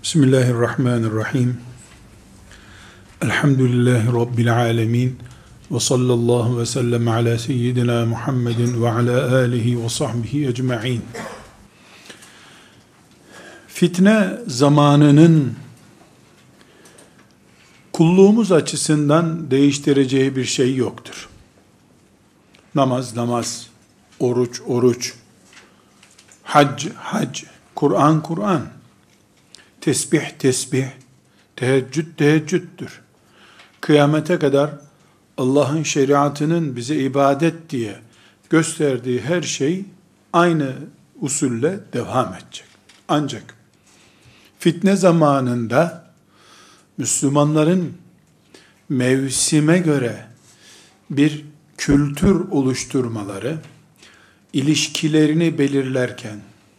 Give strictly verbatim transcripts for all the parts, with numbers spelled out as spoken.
Bismillahirrahmanirrahim. Elhamdülillahi Rabbil alemin. Ve sallallahu ve sellem ala seyyidina Muhammedin ve ala alihi ve sahbihi ecma'in. Fitne zamanının kulluğumuz açısından değiştireceği bir şey yoktur. Namaz namaz, oruç oruç, hac hac, Kur'an Kur'an, tesbih tesbih, teheccüd teheccüddür. Kıyamete kadar Allah'ın şeriatının bize ibadet diye gösterdiği her şey aynı usulle devam edecek. Ancak fitne zamanında Müslümanların mevsime göre bir kültür oluşturmaları, ilişkilerini belirlerken,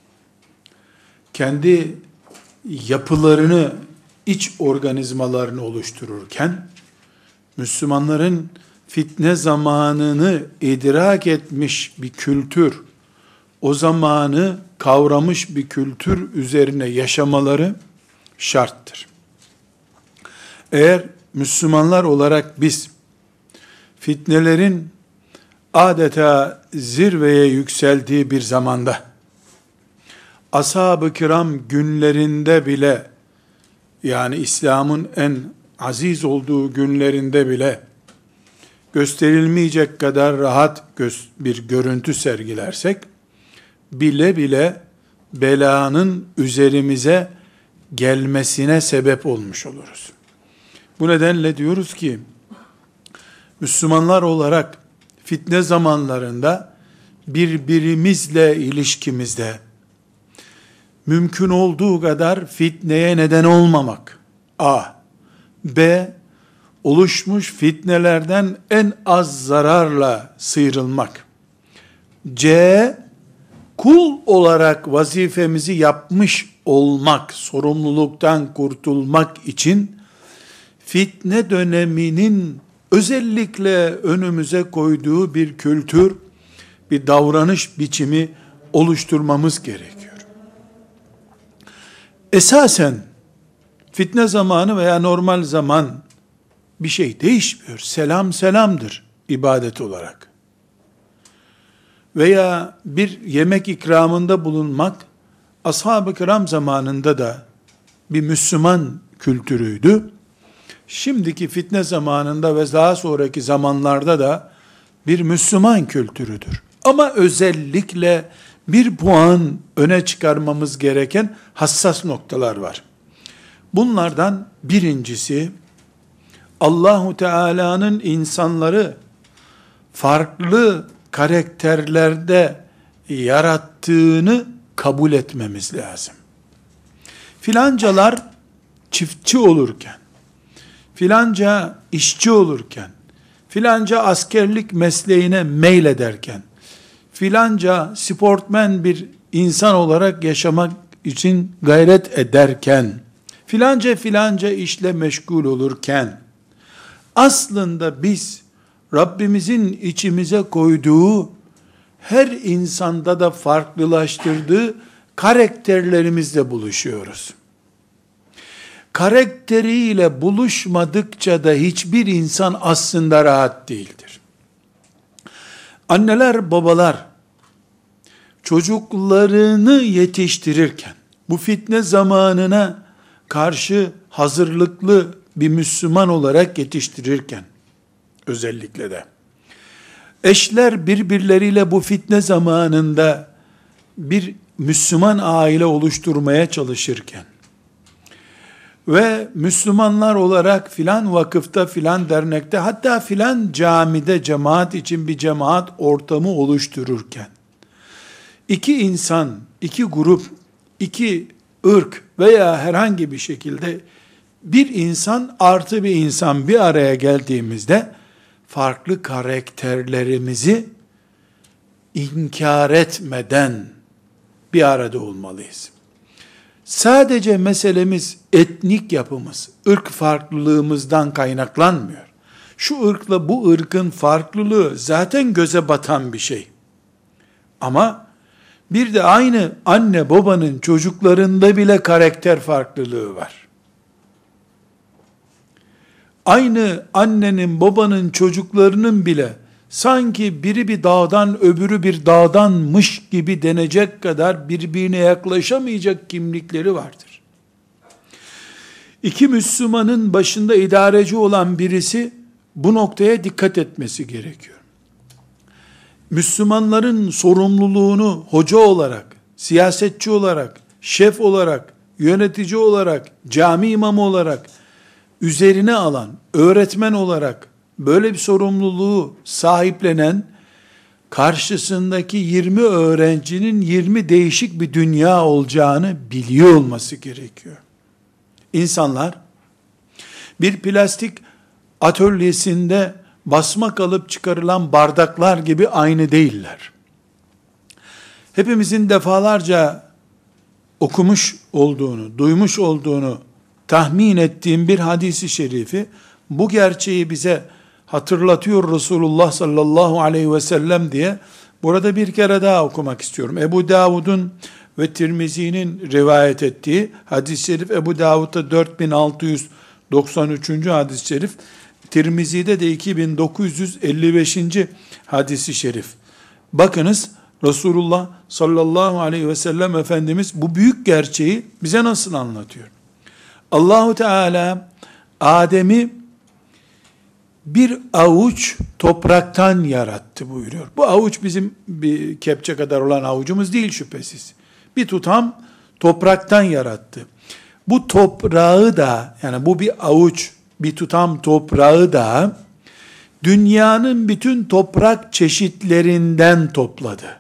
kendi yapılarını, iç organizmalarını oluştururken, Müslümanların fitne zamanını idrak etmiş bir kültür, o zamanı kavramış bir kültür üzerine yaşamaları şarttır. Eğer Müslümanlar olarak biz, fitnelerin adeta zirveye yükseldiği bir zamanda, ashab-ı kiram günlerinde bile, yani İslam'ın en aziz olduğu günlerinde bile, gösterilmeyecek kadar rahat bir görüntü sergilersek, bile bile belanın üzerimize gelmesine sebep olmuş oluruz. Bu nedenle diyoruz ki, Müslümanlar olarak fitne zamanlarında birbirimizle ilişkimizde mümkün olduğu kadar fitneye neden olmamak. A. B. Oluşmuş fitnelerden en az zararla sıyrılmak. C. Kul olarak vazifemizi yapmış olmak, sorumluluktan kurtulmak için fitne döneminin özellikle önümüze koyduğu bir kültür, bir davranış biçimi oluşturmamız gerekiyor. Esasen fitne zamanı veya normal zaman bir şey değişmiyor. Selam selamdır ibadet olarak. Veya bir yemek ikramında bulunmak, ashab-ı kiram zamanında da bir Müslüman kültürüydü. Şimdiki fitne zamanında ve daha sonraki zamanlarda da bir Müslüman kültürüdür. Ama özellikle bir puan öne çıkarmamız gereken hassas noktalar var. Bunlardan birincisi, Allahu Teala'nın insanları farklı karakterlerde yarattığını kabul etmemiz lazım. Filancalar çiftçi olurken, filanca işçi olurken, filanca askerlik mesleğine meylederken, filanca sportmen bir insan olarak yaşamak için gayret ederken, filanca filanca işle meşgul olurken, aslında biz Rabbimizin içimize koyduğu, her insanda da farklılaştırdığı karakterlerimizle buluşuyoruz. Karakteriyle buluşmadıkça da hiçbir insan aslında rahat değildir. Anneler, babalar çocuklarını yetiştirirken, bu fitne zamanına karşı hazırlıklı bir Müslüman olarak yetiştirirken, özellikle de, eşler birbirleriyle bu fitne zamanında bir Müslüman aile oluşturmaya çalışırken, ve Müslümanlar olarak filan vakıfta, filan dernekte, hatta filan camide cemaat için bir cemaat ortamı oluştururken, iki insan, iki grup, iki ırk veya herhangi bir şekilde bir insan artı bir insan bir araya geldiğimizde, farklı karakterlerimizi inkar etmeden bir arada olmalıyız. Sadece meselemiz etnik yapımız, ırk farklılığımızdan kaynaklanmıyor. Şu ırkla bu ırkın farklılığı zaten göze batan bir şey. Ama Bir de aynı anne babanın çocuklarında bile karakter farklılığı var. Aynı annenin babanın çocuklarının bile sanki biri bir dağdan öbürü bir dağdanmış gibi denecek kadar birbirine yaklaşamayacak kimlikleri vardır. İki Müslümanın başında idareci olan birisi bu noktaya dikkat etmesi gerekiyor. Müslümanların sorumluluğunu hoca olarak, siyasetçi olarak, şef olarak, yönetici olarak, cami imamı olarak üzerine alan, öğretmen olarak böyle bir sorumluluğu sahiplenen, karşısındaki yirmi öğrencinin yirmi değişik bir dünya olacağını biliyor olması gerekiyor. İnsanlar bir plastik atölyesinde basma kalıp çıkarılan bardaklar gibi aynı değiller. Hepimizin defalarca okumuş olduğunu, duymuş olduğunu tahmin ettiğim bir hadisi şerifi bu gerçeği bize hatırlatıyor Resulullah sallallahu aleyhi ve sellem diye burada bir kere daha okumak istiyorum. Ebu Davud'un ve Tirmizi'nin rivayet ettiği hadis-i şerif, Ebu Davud'da dört bin altı yüz doksan üçüncü hadis-i şerif, Tirmizi'de de iki bin dokuz yüz elli beşinci hadis-i şerif. Bakınız Resulullah sallallahu aleyhi ve sellem Efendimiz bu büyük gerçeği bize nasıl anlatıyor? Allahu Teala Adem'i bir avuç topraktan yarattı buyuruyor. Bu avuç bizim bir kepçe kadar olan avucumuz değil şüphesiz. Bir tutam topraktan yarattı. Bu toprağı da, yani bu bir avuç, bir tutam toprağı da dünyanın bütün toprak çeşitlerinden topladı.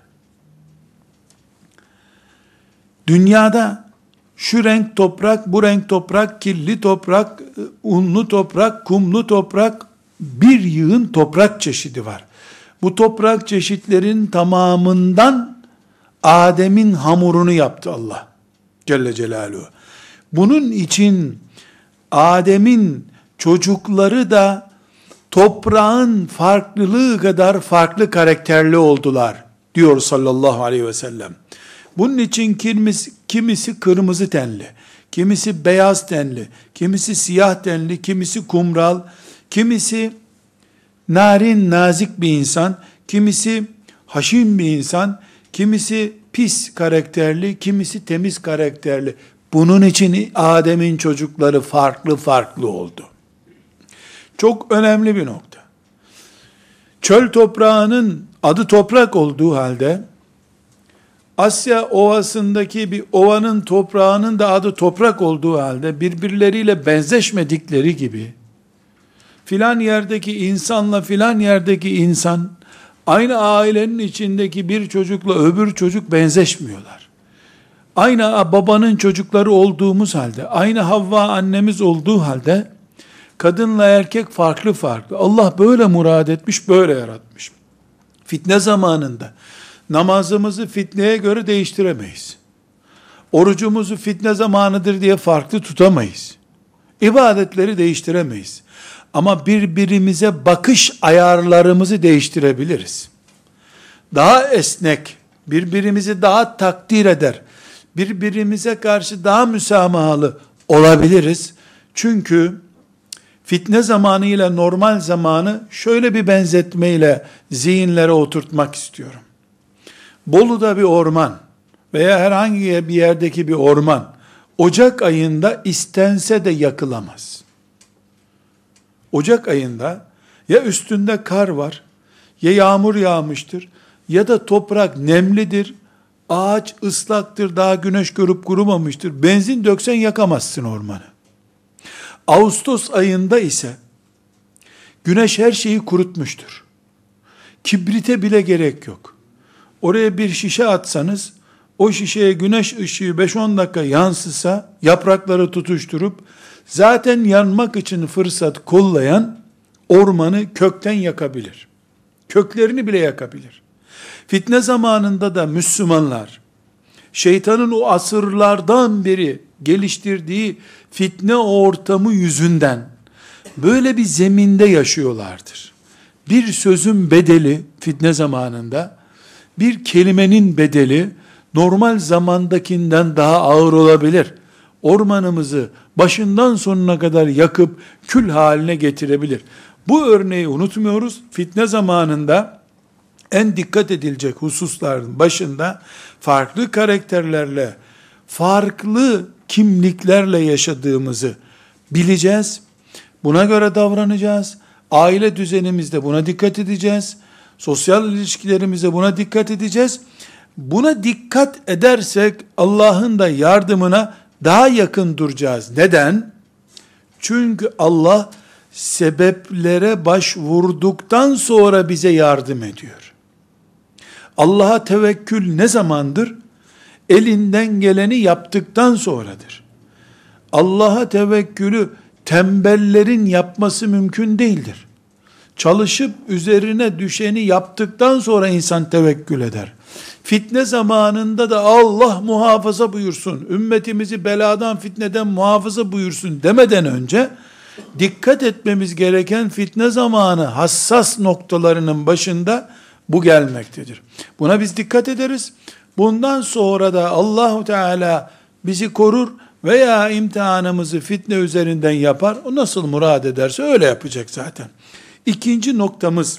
Dünyada şu renk toprak, bu renk toprak, kirli toprak, unlu toprak, kumlu toprak, bir yığın toprak çeşidi var. Bu toprak çeşitlerin tamamından Adem'in hamurunu yaptı Allah Celle Celaluhu. Bunun için Adem'in çocukları da toprağın farklılığı kadar farklı karakterli oldular diyor sallallahu aleyhi ve sellem. Bunun için kimisi, kimisi kırmızı tenli, kimisi beyaz tenli, kimisi siyah tenli, kimisi kumral, kimisi narin nazik bir insan, kimisi haşin bir insan, kimisi pis karakterli, kimisi temiz karakterli. Bunun için Adem'in çocukları farklı farklı oldu. Çok önemli bir nokta. Çöl toprağının adı toprak olduğu halde, Asya ovasındaki bir ovanın toprağının da adı toprak olduğu halde, birbirleriyle benzeşmedikleri gibi, filan yerdeki insanla filan yerdeki insan, aynı ailenin içindeki bir çocukla öbür çocuk benzeşmiyorlar. Aynı babanın çocukları olduğumuz halde, aynı Havva annemiz olduğu halde, kadınla erkek farklı farklı. Allah böyle murad etmiş, böyle yaratmış. Fitne zamanında, namazımızı fitneye göre değiştiremeyiz. Orucumuzu fitne zamanıdır diye farklı tutamayız. İbadetleri değiştiremeyiz. Ama birbirimize bakış ayarlarımızı değiştirebiliriz. Daha esnek, birbirimizi daha takdir eder, birbirimize karşı daha müsamahalı olabiliriz. Çünkü fitne zamanı ile normal zamanı şöyle bir benzetmeyle zihinlere oturtmak istiyorum. Bolu'da bir orman veya herhangi bir yerdeki bir orman, Ocak ayında istense de yakılamaz. Ocak ayında ya üstünde kar var, ya yağmur yağmıştır, ya da toprak nemlidir, ağaç ıslaktır, daha güneş görüp kurumamıştır. Benzin döksen yakamazsın ormanı. Ağustos ayında ise güneş her şeyi kurutmuştur. Kibrite bile gerek yok. Oraya bir şişe atsanız, o şişeye güneş ışığı beş on dakika yansısa, yaprakları tutuşturup, zaten yanmak için fırsat kollayan ormanı kökten yakabilir. Köklerini bile yakabilir. Fitne zamanında da Müslümanlar, şeytanın o asırlardan beri geliştirdiği fitne ortamı yüzünden böyle bir zeminde yaşıyorlardır. Bir sözün bedeli fitne zamanında, bir kelimenin bedeli normal zamandakinden daha ağır olabilir. Ormanımızı başından sonuna kadar yakıp kül haline getirebilir. Bu örneği unutmuyoruz. Fitne zamanında en dikkat edilecek hususların başında farklı karakterlerle, farklı kimliklerle yaşadığımızı bileceğiz. Buna göre davranacağız. Aile düzenimizde buna dikkat edeceğiz. Sosyal ilişkilerimizde buna dikkat edeceğiz. Buna dikkat edersek Allah'ın da yardımına daha yakın duracağız. Neden? Çünkü Allah sebeplere başvurduktan sonra bize yardım ediyor. Allah'a tevekkül ne zamandır? Elinden geleni yaptıktan sonradır. Allah'a tevekkülü tembellerin yapması mümkün değildir. Çalışıp üzerine düşeni yaptıktan sonra insan tevekkül eder. Fitne zamanında da Allah muhafaza buyursun, ümmetimizi beladan, fitneden muhafaza buyursun demeden önce dikkat etmemiz gereken fitne zamanı hassas noktalarının başında bu gelmektedir. Buna biz dikkat ederiz. Bundan sonra da Allahu Teala bizi korur veya imtihanımızı fitne üzerinden yapar. O nasıl murad ederse öyle yapacak zaten. İkinci noktamız,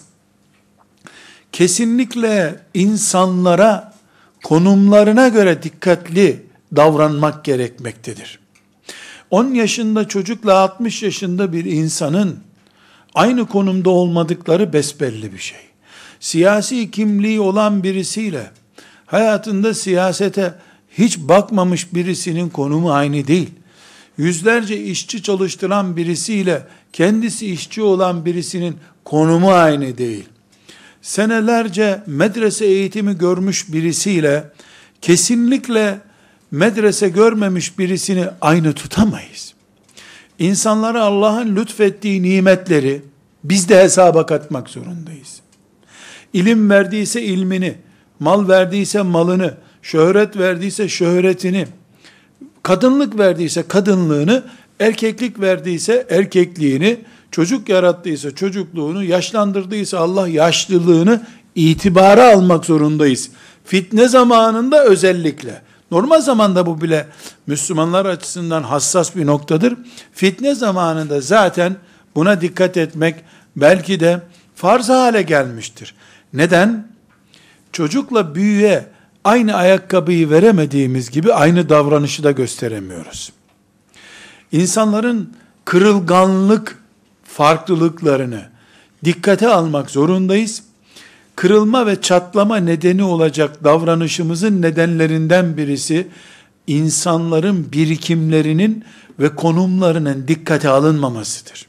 kesinlikle insanlara konumlarına göre dikkatli davranmak gerekmektedir. on yaşında çocukla altmış yaşında bir insanın aynı konumda olmadıkları besbelli bir şey. Siyasi kimliği olan birisiyle hayatında siyasete hiç bakmamış birisinin konumu aynı değil. Yüzlerce işçi çalıştıran birisiyle kendisi işçi olan birisinin konumu aynı değil. Senelerce medrese eğitimi görmüş birisiyle kesinlikle medrese görmemiş birisini aynı tutamayız. İnsanlara Allah'ın lütfettiği nimetleri biz de hesaba katmak zorundayız. İlim verdiyse ilmini, mal verdiyse malını, şöhret verdiyse şöhretini, kadınlık verdiyse kadınlığını, erkeklik verdiyse erkekliğini, çocuk yarattıysa çocukluğunu, yaşlandırdıysa Allah yaşlılığını itibara almak zorundayız. Fitne zamanında özellikle. Normal zamanda bu bile Müslümanlar açısından hassas bir noktadır. Fitne zamanında zaten buna dikkat etmek belki de farz hale gelmiştir. Neden? Çocukla büyüğe aynı ayakkabıyı veremediğimiz gibi aynı davranışı da gösteremiyoruz. İnsanların kırılganlık farklılıklarını dikkate almak zorundayız. Kırılma ve çatlama nedeni olacak davranışımızın nedenlerinden birisi, insanların birikimlerinin ve konumlarının dikkate alınmamasıdır.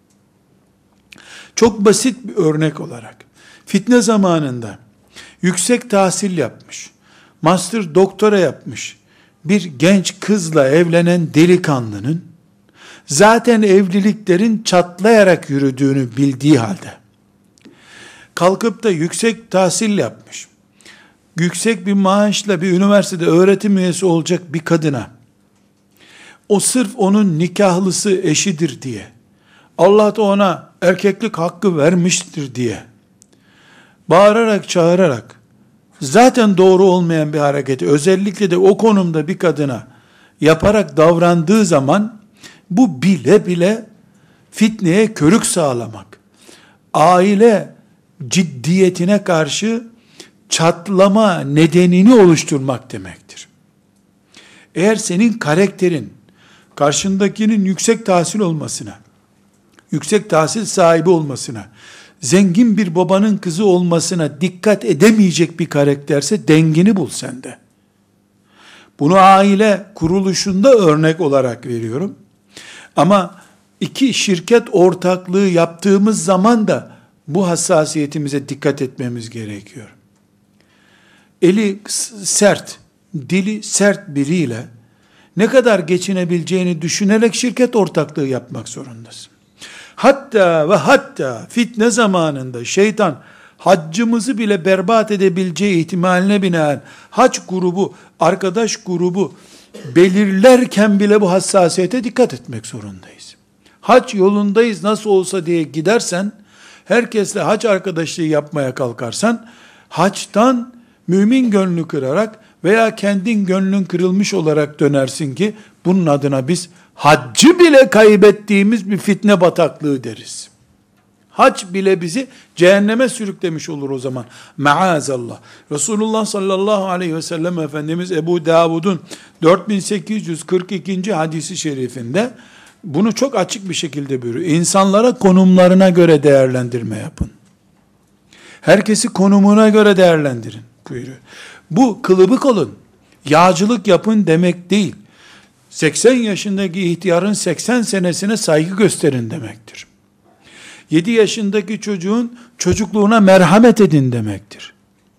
Çok basit bir örnek olarak, fitne zamanında yüksek tahsil yapmış, master doktora yapmış bir genç kızla evlenen delikanlının, zaten evliliklerin çatlayarak yürüdüğünü bildiği halde, kalkıp da yüksek tahsil yapmış, yüksek bir maaşla bir üniversitede öğretim üyesi olacak bir kadına, o sırf onun nikahlısı eşidir diye, Allah da ona erkeklik hakkı vermiştir diye, bağırarak çağırarak, zaten doğru olmayan bir hareketi, özellikle de o konumda bir kadına yaparak davrandığı zaman, bu bile bile fitneye körük sağlamak, aile ciddiyetine karşı çatlama nedenini oluşturmak demektir. Eğer senin karakterin, karşındakinin yüksek tahsil olmasına, yüksek tahsil sahibi olmasına, zengin bir babanın kızı olmasına dikkat edemeyecek bir karakterse dengini bul sende. Bunu aile kuruluşunda örnek olarak veriyorum. Ama iki şirket ortaklığı yaptığımız zaman da bu hassasiyetimize dikkat etmemiz gerekiyor. Eli sert, dili sert biriyle ne kadar geçinebileceğini düşünerek şirket ortaklığı yapmak zorundasın. Hatta ve hatta fitne zamanında şeytan haccımızı bile berbat edebileceği ihtimaline binaen hac grubu, arkadaş grubu belirlerken bile bu hassasiyete dikkat etmek zorundayız. Hac yolundayız nasıl olsa diye gidersen, herkesle hac arkadaşlığı yapmaya kalkarsan, haçtan mümin gönlü kırarak veya kendin gönlün kırılmış olarak dönersin ki bunun adına biz haccı bile kaybettiğimiz bir fitne bataklığı deriz. Hac bile bizi cehenneme sürüklemiş olur o zaman. Maazallah. Resulullah sallallahu aleyhi ve sellem Efendimiz Ebu Davud'un dört bin sekiz yüz kırk ikinci hadisi şerifinde bunu çok açık bir şekilde buyuruyor. İnsanlara konumlarına göre değerlendirme yapın. Herkesi konumuna göre değerlendirin buyuruyor. Bu kılıbık olun, yağcılık yapın demek değil. seksen yaşındaki ihtiyarın seksen senesine saygı gösterin demektir. yedi yaşındaki çocuğun çocukluğuna merhamet edin demektir.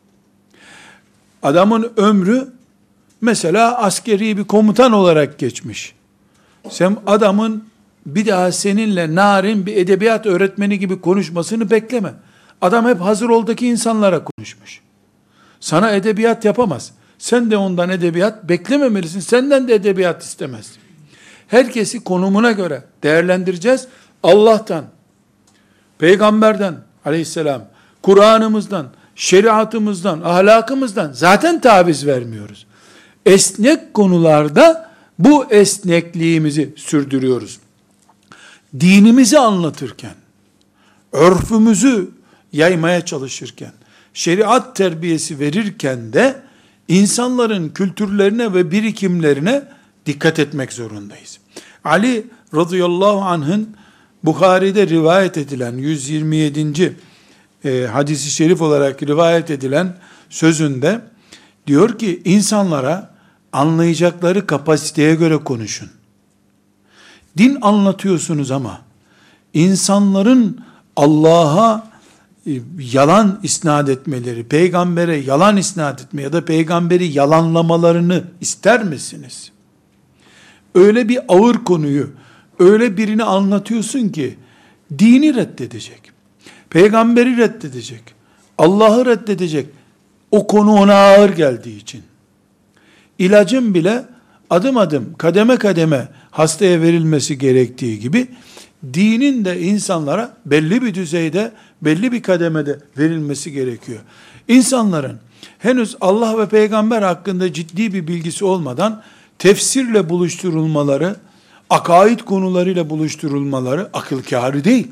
Adamın ömrü mesela askeri bir komutan olarak geçmiş. Sen adamın bir daha seninle narin bir edebiyat öğretmeni gibi konuşmasını bekleme. Adam hep hazır oldaki insanlara konuşmuş. Sana edebiyat yapamaz. Sen de ondan edebiyat beklememelisin. Senden de edebiyat istemez. Herkesi konumuna göre değerlendireceğiz. Allah'tan, Peygamberden aleyhisselam, Kur'an'ımızdan, şeriatımızdan, ahlakımızdan zaten taviz vermiyoruz. Esnek konularda bu esnekliğimizi sürdürüyoruz. Dinimizi anlatırken, örfümüzü yaymaya çalışırken, şeriat terbiyesi verirken de insanların kültürlerine ve birikimlerine dikkat etmek zorundayız. Ali radıyallahu anh'ın Bukhari'de rivayet edilen yüz yirmi yedinci E, hadisi şerif olarak rivayet edilen sözünde diyor ki insanlara anlayacakları kapasiteye göre konuşun. Din anlatıyorsunuz ama insanların Allah'a e, yalan isnat etmeleri, peygambere yalan isnat etme ya da peygamberi yalanlamalarını ister misiniz? Öyle bir ağır konuyu, öyle birini anlatıyorsun ki dini reddedecek, peygamberi reddedecek, Allah'ı reddedecek. O konu ona ağır geldiği için. İlacın bile adım adım, kademe kademe hastaya verilmesi gerektiği gibi, dinin de insanlara belli bir düzeyde, belli bir kademede verilmesi gerekiyor. İnsanların henüz Allah ve peygamber hakkında ciddi bir bilgisi olmadan tefsirle buluşturulmaları, akaid konularıyla buluşturulmaları akıl kârı değil.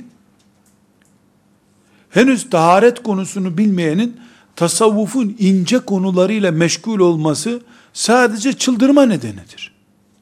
Henüz taharet konusunu bilmeyenin tasavvufun ince konularıyla meşgul olması sadece çıldırma nedenidir.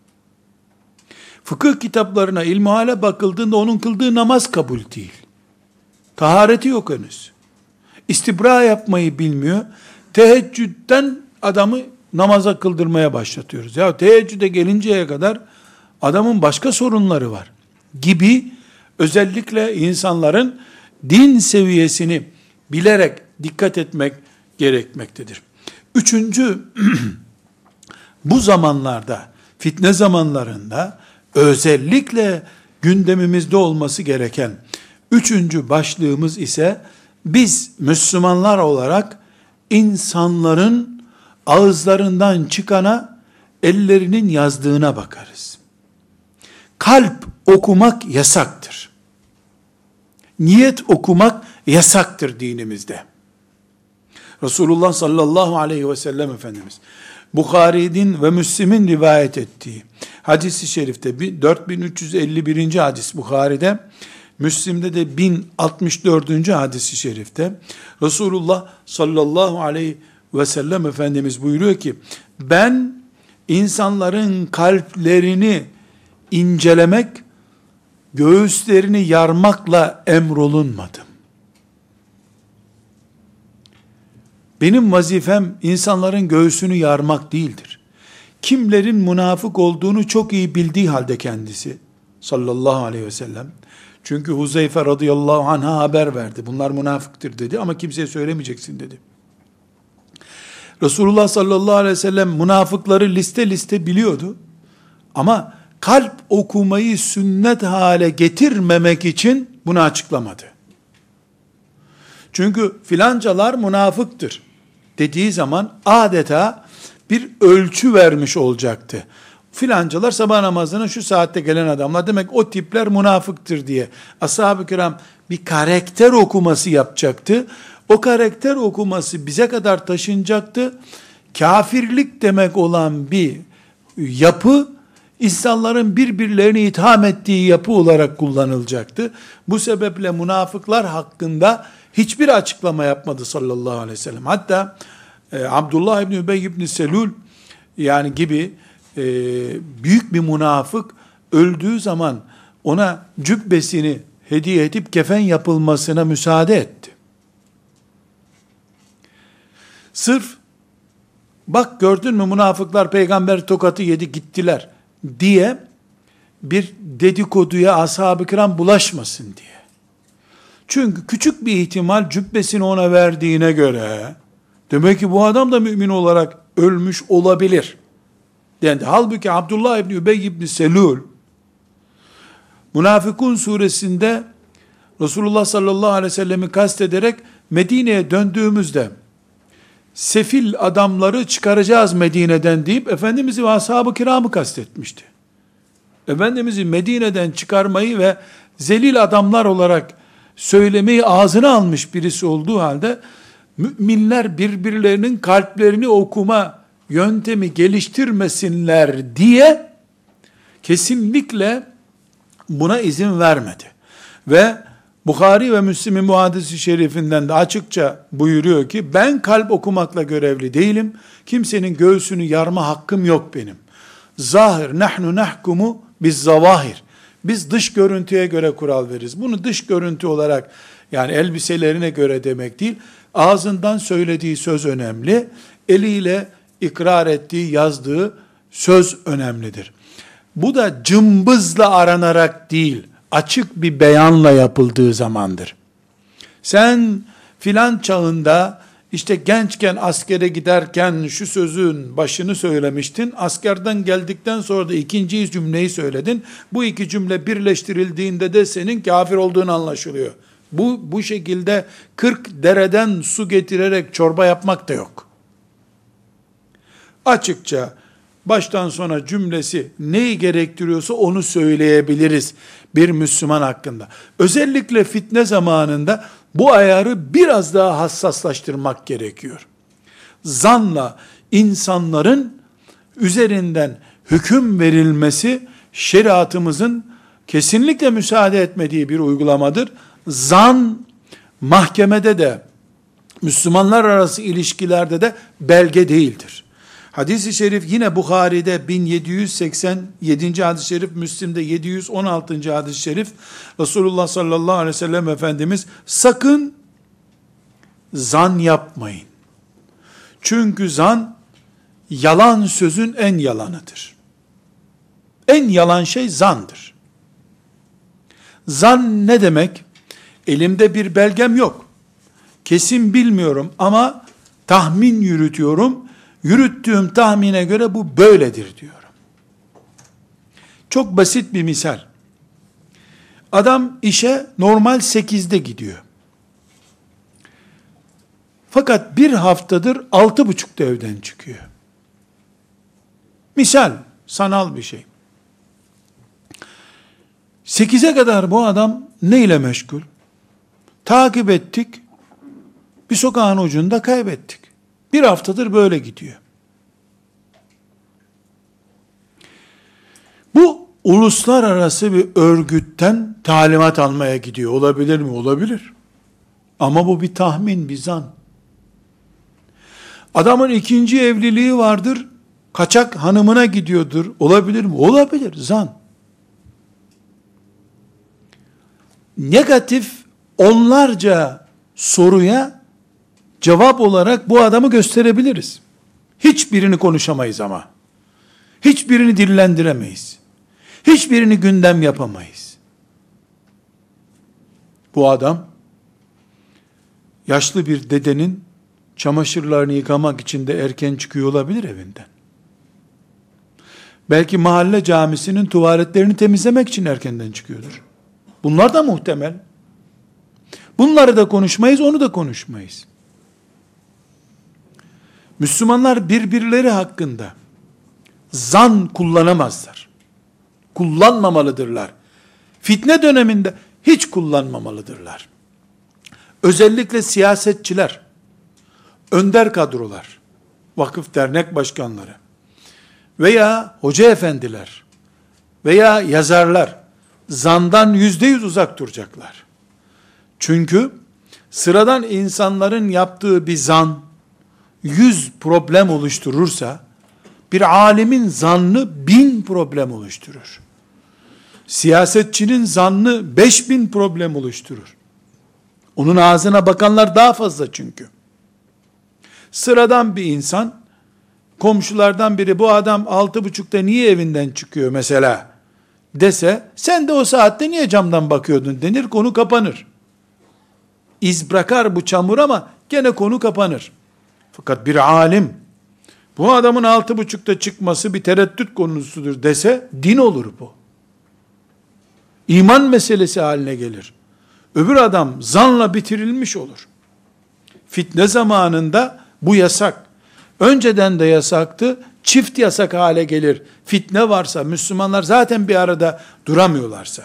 Fıkıh kitaplarına, ilmihale bakıldığında onun kıldığı namaz kabul değil. Tahareti yok henüz. İstibra yapmayı bilmiyor. Teheccüden adamı namaza kıldırmaya başlatıyoruz. Ya teheccüde gelinceye kadar adamın başka sorunları var gibi, özellikle insanların din seviyesini bilerek dikkat etmek gerekmektedir. Üçüncü, bu zamanlarda, fitne zamanlarında özellikle gündemimizde olması gereken üçüncü başlığımız ise, biz Müslümanlar olarak insanların ağızlarından çıkana, ellerinin yazdığına bakarız. Kalp okumak yasaktır. Niyet okumak yasaktır dinimizde. Resulullah sallallahu aleyhi ve sellem Efendimiz, Bukhari'nin ve Müslim'in rivayet ettiği hadis-i şerifte, dört bin üç yüz elli birinci hadis Bukhari'de, Müslim'de de bin altmış dördüncü hadis-i şerifte, Resulullah sallallahu aleyhi ve sellem Efendimiz buyuruyor ki, ben insanların kalplerini incelemek, göğüslerini yarmakla emrolunmadım. Benim vazifem insanların göğsünü yarmak değildir. Kimlerin münafık olduğunu çok iyi bildiği halde kendisi sallallahu aleyhi ve sellem, çünkü Huzeyfe radıyallahu anh'a haber verdi. Bunlar münafıktır dedi ama kimseye söylemeyeceksin dedi. Resulullah sallallahu aleyhi ve sellem münafıkları liste liste biliyordu. Ama kalp okumayı sünnet hale getirmemek için bunu açıklamadı. Çünkü filancalar münafıktır dediği zaman adeta bir ölçü vermiş olacaktı. Filancalar sabah namazına şu saatte gelen adamlar, demek o tipler münafıktır diye ashab-ı kiram bir karakter okuması yapacaktı. O karakter okuması bize kadar taşınacaktı. Kafirlik demek olan bir yapı, İnsanların birbirlerini itham ettiği yapı olarak kullanılacaktı. Bu sebeple münafıklar hakkında hiçbir açıklama yapmadı sallallahu aleyhi ve sellem. Hatta e, Abdullah İbni Übey İbni Selul yani gibi e, büyük bir münafık öldüğü zaman ona cübbesini hediye edip kefen yapılmasına müsaade etti. Sırf bak gördün mü münafıklar peygamber tokatı yedi gittiler diye bir dedikoduya ashab-ı kiram bulaşmasın diye. Çünkü küçük bir ihtimal cübbesini ona verdiğine göre demek ki bu adam da mümin olarak ölmüş olabilir dendi. Halbuki Abdullah İbni Übey İbni Selul Münafıkun suresinde Resulullah sallallahu aleyhi ve sellemi kastederek Medine'ye döndüğümüzde sefil adamları çıkaracağız Medine'den deyip Efendimiz'i ve ashab-ı kiramı kastetmişti. Efendimiz'i Medine'den çıkarmayı ve zelil adamlar olarak söylemeyi ağzına almış birisi olduğu halde müminler birbirlerinin kalplerini okuma yöntemi geliştirmesinler diye kesinlikle buna izin vermedi. Ve Bukhari ve Müslim'in bu hadis-i şerifinden de açıkça buyuruyor ki ben kalp okumakla görevli değilim. Kimsenin göğsünü yarma hakkım yok benim. Zahir nahnu nahkumu biz zavahir. Biz dış görüntüye göre kural veririz. Bunu dış görüntü olarak yani elbiselerine göre demek değil. Ağzından söylediği söz önemli. Eliyle ikrar ettiği, yazdığı söz önemlidir. Bu da cımbızla aranarak değil, açık bir beyanla yapıldığı zamandır. Sen filan çağında işte gençken askere giderken şu sözün başını söylemiştin. Askerden geldikten sonra da ikinci cümleyi söyledin. Bu iki cümle birleştirildiğinde de senin kafir olduğun anlaşılıyor. Bu, bu şekilde kırk dereden su getirerek çorba yapmak da yok. Açıkça baştan sona cümlesi neyi gerektiriyorsa onu söyleyebiliriz bir Müslüman hakkında. Özellikle fitne zamanında bu ayarı biraz daha hassaslaştırmak gerekiyor. Zanla insanların üzerinden hüküm verilmesi şeriatımızın kesinlikle müsaade etmediği bir uygulamadır. Zan mahkemede de Müslümanlar arası ilişkilerde de belge değildir. Hadis-i şerif yine Bukhari'de bin yedi yüz seksen yedinci hadis-i şerif, Müslim'de yedi yüz on altıncı hadis-i şerif, Resulullah sallallahu aleyhi ve sellem Efendimiz sakın zan yapmayın. Çünkü zan yalan sözün en yalanıdır. En yalan şey zandır. Zan ne demek? Elimde bir belgem yok. Kesin bilmiyorum ama tahmin yürütüyorum. Yürüttüğüm tahmine göre bu böyledir diyorum. Çok basit bir misal. Adam işe normal sekizde gidiyor. Fakat bir haftadır altı buçukta evden çıkıyor. Misal, sanal bir şey. Sekize kadar bu adam ne ile meşgul? Takip ettik. Bir sokağın ucunda kaybettik. Bir haftadır böyle gidiyor. Bu uluslararası bir örgütten talimat almaya gidiyor. Olabilir mi? Olabilir. Ama bu bir tahmin, bir zan. Adamın ikinci evliliği vardır. Kaçak hanımına gidiyordur. Olabilir mi? Olabilir. Zan. Negatif onlarca soruya cevap olarak bu adamı gösterebiliriz. Hiçbirini konuşamayız ama. Hiçbirini dillendiremeyiz. Hiçbirini gündem yapamayız. Bu adam, yaşlı bir dedenin çamaşırlarını yıkamak için de erken çıkıyor olabilir evinden. Belki mahalle camisinin tuvaletlerini temizlemek için erkenden çıkıyordur. Bunlar da muhtemel. Bunları da konuşmayız, onu da konuşmayız. Müslümanlar birbirleri hakkında zan kullanamazlar. Kullanmamalıdırlar. Fitne döneminde hiç kullanmamalıdırlar. özellikle siyasetçiler, önder kadrolar, vakıf dernek başkanları veya hoca efendiler veya yazarlar zandan yüzde yüz uzak duracaklar. Çünkü sıradan insanların yaptığı bir zan yüz problem oluşturursa, bir alimin zannı bin problem oluşturur. Siyasetçinin zannı beş bin problem oluşturur. Onun ağzına bakanlar daha fazla çünkü. Sıradan bir insan, komşulardan biri bu adam altı buçukta niye evinden çıkıyor mesela dese, sen de o saatte niye camdan bakıyordun denir, konu kapanır. İz bırakar bu çamur ama gene konu kapanır. Fakat bir alim, bu adamın altı buçukta çıkması bir tereddüt konusudur dese, din olur bu. İman meselesi haline gelir. Öbür adam zanla bitirilmiş olur. Fitne zamanında bu yasak. Önceden de yasaktı, çift yasak hale gelir. Fitne varsa, Müslümanlar zaten bir arada duramıyorlarsa.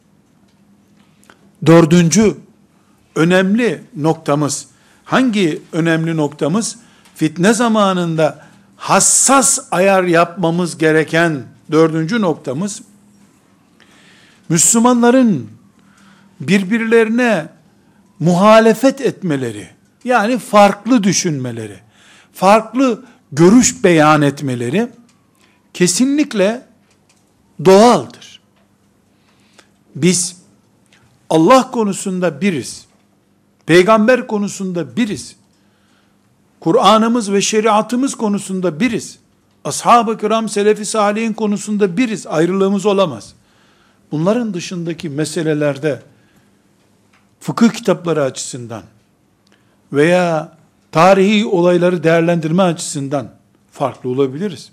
Dördüncü önemli noktamız, hangi önemli noktamız? Fitne zamanında hassas ayar yapmamız gereken dördüncü noktamız, Müslümanların birbirlerine muhalefet etmeleri, yani farklı düşünmeleri, farklı görüş beyan etmeleri kesinlikle doğaldır. Biz Allah konusunda biriz, peygamber konusunda biriz, Kur'an'ımız ve şeriatımız konusunda biriz, ashab-ı kiram, selefi salihin konusunda biriz, ayrılığımız olamaz. Bunların dışındaki meselelerde fıkıh kitapları açısından veya tarihi olayları değerlendirme açısından farklı olabiliriz.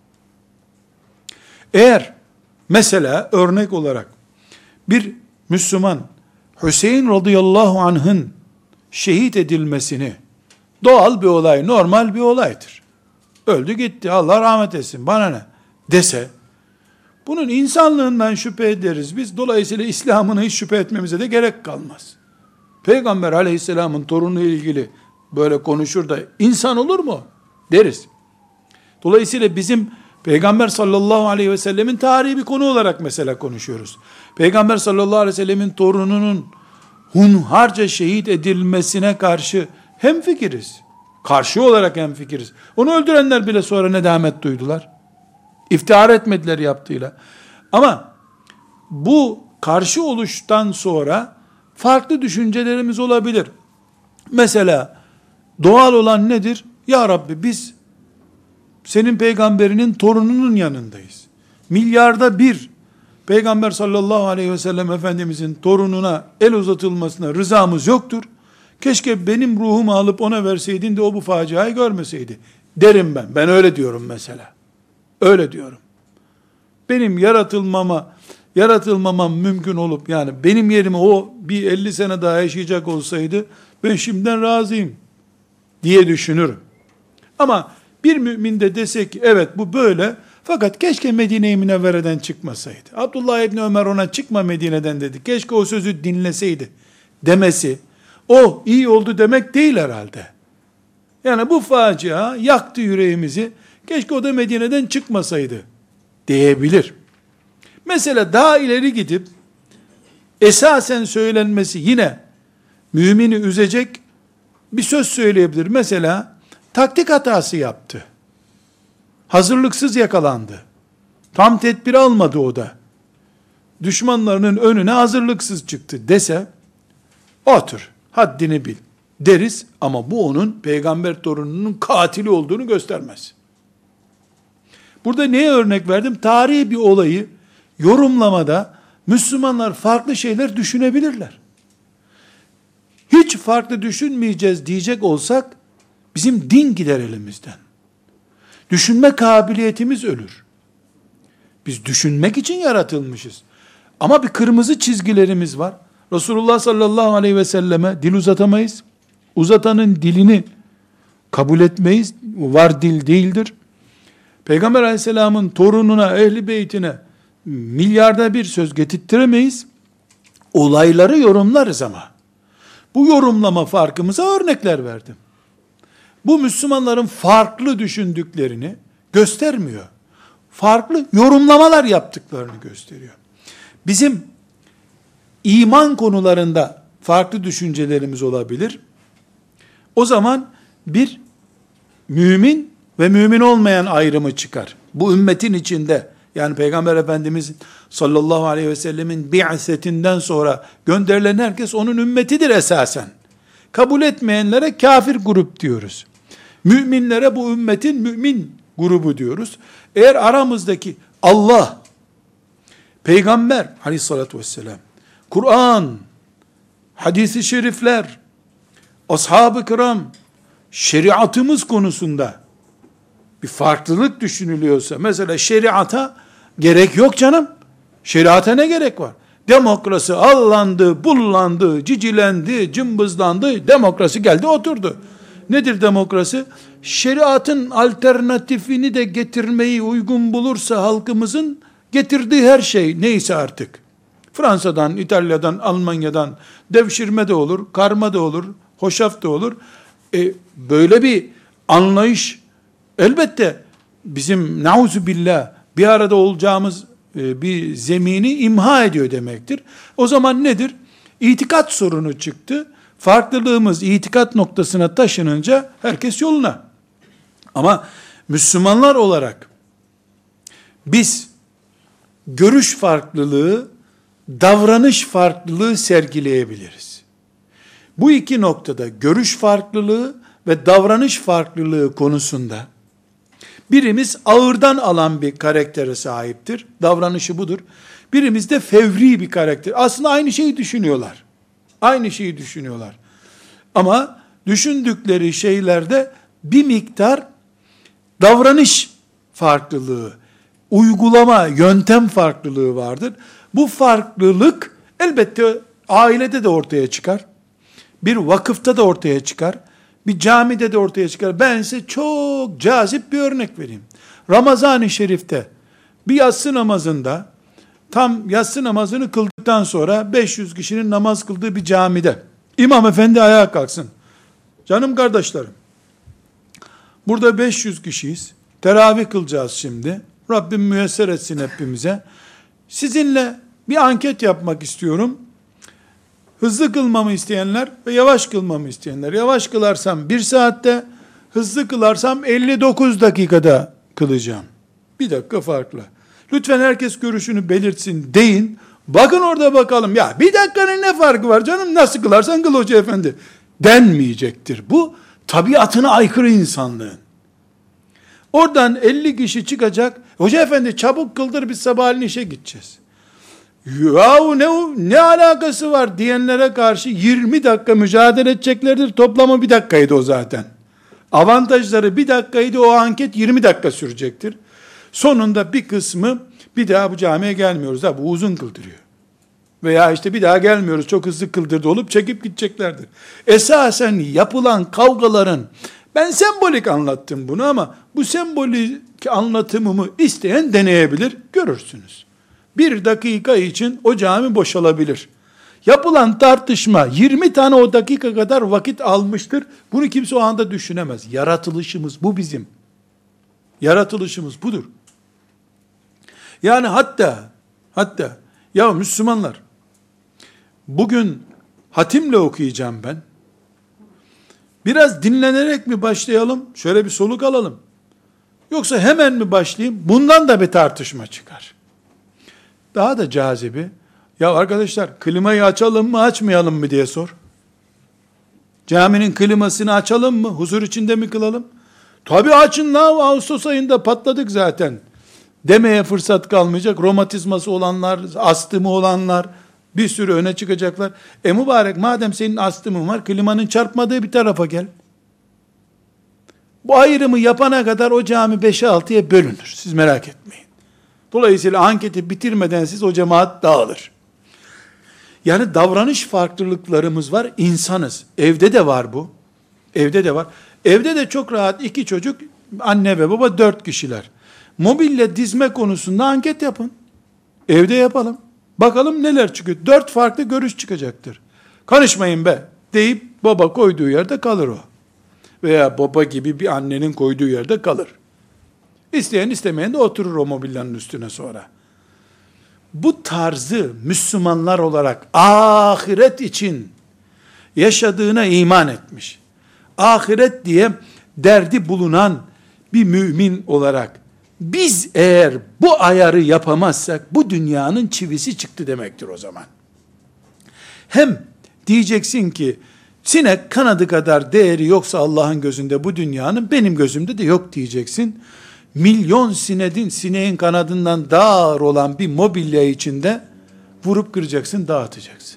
Eğer mesela örnek olarak bir Müslüman Hüseyin radıyallahu anh'ın şehit edilmesini, doğal bir olay, normal bir olaydır, öldü gitti, Allah rahmet etsin, bana ne dese, bunun insanlığından şüphe ederiz biz, dolayısıyla İslam'ına hiç şüphe etmemize de gerek kalmaz. Peygamber aleyhisselamın torunu ile ilgili böyle konuşur da insan olur mu deriz. Dolayısıyla bizim Peygamber sallallahu aleyhi ve sellemin tarihi bir konu olarak mesela konuşuyoruz. Peygamber sallallahu aleyhi ve sellemin torununun hunharca şehit edilmesine karşı hemfikiriz. Karşı olarak hemfikiriz. Onu öldürenler bile sonra nedamet duydular. İftihar etmediler yaptığıyla. Ama bu karşı oluştan sonra farklı düşüncelerimiz olabilir. Mesela doğal olan nedir? Ya Rabbi, biz senin peygamberinin torununun yanındayız. Milyarda bir Peygamber sallallahu aleyhi ve sellem Efendimizin torununa el uzatılmasına rızamız yoktur. Keşke benim ruhumu alıp ona verseydin de o bu faciayı görmeseydi derim ben. Ben öyle diyorum mesela. Öyle diyorum. Benim yaratılmama, yaratılmamam mümkün olup, yani benim yerime o bir elli sene daha yaşayacak olsaydı, ben şimdiden razıyım diye düşünürüm. Ama bir mümin de dese ki, evet bu böyle, fakat keşke Medine-i Münevvere'den çıkmasaydı. Abdullah İbni Ömer ona çıkma Medine'den dedi. Keşke o sözü dinleseydi demesi, o iyi oldu demek değil herhalde. Yani bu facia yaktı yüreğimizi, keşke o da Medine'den çıkmasaydı diyebilir. Mesela daha ileri gidip, esasen söylenmesi yine mümini üzecek bir söz söyleyebilir. Mesela taktik hatası yaptı. Hazırlıksız yakalandı. Tam tedbir almadı o da. Düşmanlarının önüne hazırlıksız çıktı dese, otur, haddini bil deriz, ama bu onun peygamber torununun katili olduğunu göstermez. Burada neye örnek verdim? Tarihi bir olayı yorumlamada Müslümanlar farklı şeyler düşünebilirler. Hiç farklı düşünmeyeceğiz diyecek olsak, bizim din gider elimizden. Düşünme kabiliyetimiz ölür. Biz düşünmek için yaratılmışız. Ama bir kırmızı çizgilerimiz var. Resulullah sallallahu aleyhi ve selleme dil uzatamayız. Uzatanın dilini kabul etmeyiz. Var dil değildir. Peygamber aleyhisselamın torununa, ehli beytine milyarda bir söz getirttiremeyiz. Olayları yorumlarız ama. Bu yorumlama farkımıza örnekler verdim. Bu Müslümanların farklı düşündüklerini göstermiyor. Farklı yorumlamalar yaptıklarını gösteriyor. Bizim iman konularında farklı düşüncelerimiz olabilir. O zaman bir mümin ve mümin olmayan ayrımı çıkar. Bu ümmetin içinde, yani Peygamber Efendimiz sallallahu aleyhi ve sellemin bi'setinden sonra gönderilen herkes onun ümmetidir esasen. Kabul etmeyenlere kafir grup diyoruz. Müminlere bu ümmetin mümin grubu diyoruz. Eğer aramızdaki Allah, Peygamber aleyhissalatü vesselam, Kur'an, hadis-i şerifler, ashab-ı kiram, şeriatımız konusunda bir farklılık düşünülüyorsa, mesela şeriata gerek yok canım. Şeriata ne gerek var? Demokrasi allandı, bullandı, cicilendi, cımbızlandı, demokrasi geldi oturdu. Nedir demokrasi? Şeriatın alternatifini de getirmeyi uygun bulursa halkımızın getirdiği her şey neyse artık. Fransa'dan, İtalya'dan, Almanya'dan devşirme de olur, karma da olur, hoşaf da olur. E, böyle bir anlayış elbette bizim nauzubillah bir arada olacağımız e, bir zemini imha ediyor demektir. O zaman nedir? İtikat sorunu çıktı. Farklılığımız itikat noktasına taşınınca herkes yoluna. Ama Müslümanlar olarak biz görüş farklılığı, davranış farklılığı sergileyebiliriz. Bu iki noktada görüş farklılığı ve davranış farklılığı konusunda birimiz ağırdan alan bir karaktere sahiptir. Davranışı budur. Birimiz de fevri bir karakter. Aslında aynı şeyi düşünüyorlar. Aynı şeyi düşünüyorlar. Ama düşündükleri şeylerde bir miktar davranış farklılığı, uygulama, yöntem farklılığı vardır. Bu farklılık elbette ailede de ortaya çıkar. Bir vakıfta da ortaya çıkar. Bir camide de ortaya çıkar. Ben size çok cazip bir örnek vereyim. Ramazan-ı Şerif'te bir yatsı namazında, tam yatsı namazını kıldıktan sonra beş yüz kişinin namaz kıldığı bir camide İmam efendi ayağa kalksın. Canım kardeşlerim, burada beş yüz kişiyiz. Teravih kılacağız şimdi. Rabbim müyesser etsin hepimize. Sizinle bir anket yapmak istiyorum. Hızlı kılmamı isteyenler ve yavaş kılmamı isteyenler. Yavaş kılarsam bir saatte, hızlı kılarsam elli dokuz dakikada kılacağım. Bir dakika farklı. Lütfen herkes görüşünü belirtsin deyin. Bakın orada bakalım. Ya bir dakikanın ne farkı var canım? Nasıl kılarsan kıl hoca efendi. Denmeyecektir. Bu tabiatına aykırı insanlığın. Oradan elli kişi çıkacak. Hoca efendi çabuk kıldır, biz sabahleyin işe gideceğiz. Yahu ne, ne alakası var diyenlere karşı yirmi dakika mücadele edeceklerdir. Toplamı bir dakikaydı o zaten. Avantajları bir dakikaydı, o anket yirmi dakika sürecektir. Sonunda bir kısmı bir daha bu camiye gelmiyoruz ha, bu uzun kıldırıyor. Veya işte bir daha gelmiyoruz, çok hızlı kıldırdı olup çekip gideceklerdir. Esasen yapılan kavgaların, ben sembolik anlattım bunu ama bu sembolik anlatımımı isteyen deneyebilir, görürsünüz. Bir dakika için o cami boşalabilir. Yapılan tartışma yirmi tane o dakika kadar vakit almıştır. Bunu kimse o anda düşünemez. Yaratılışımız bu bizim. Yaratılışımız budur. Yani hatta, hatta, ya Müslümanlar, bugün hatimle okuyacağım ben. Biraz dinlenerek mi başlayalım? Şöyle bir soluk alalım. Yoksa hemen mi başlayayım? Bundan da bir tartışma çıkar. Daha da cazibi, ya arkadaşlar klimayı açalım mı açmayalım mı diye sor. Caminin klimasını açalım mı? Huzur içinde mi kılalım? Tabii açın la, Ağustos ayında patladık zaten. Demeye fırsat kalmayacak. Romatizması olanlar, astımı olanlar bir sürü öne çıkacaklar. E mübarek, madem senin astımın var, klimanın çarpmadığı bir tarafa gel. Bu ayrımı yapana kadar o cami beşe altıya bölünür. Siz merak etmeyin. Dolayısıyla anketi bitirmeden siz o cemaat dağılır. Yani davranış farklılıklarımız var. İnsanız. Evde de var bu. Evde de var. Evde de çok rahat iki çocuk, anne ve baba dört kişiler. Mobilya dizme konusunda anket yapın. Evde yapalım. Bakalım neler çıkıyor. Dört farklı görüş çıkacaktır. Konuşmayın be. deyip baba koyduğu yerde kalır o. Veya baba gibi bir annenin koyduğu yerde kalır. İsteyen istemeyen de oturur o mobilyanın üstüne sonra. Bu tarzı Müslümanlar olarak ahiret için yaşadığına iman etmiş, ahiret diye derdi bulunan bir mümin olarak biz eğer bu ayarı yapamazsak bu dünyanın çivisi çıktı demektir o zaman. Hem diyeceksin ki sinek kanadı kadar değeri yoksa Allah'ın gözünde bu dünyanın, benim gözümde de yok diyeceksin. Milyon sinedin, sineğin kanadından daha ağır olan bir mobilya içinde vurup kıracaksın, dağıtacaksın.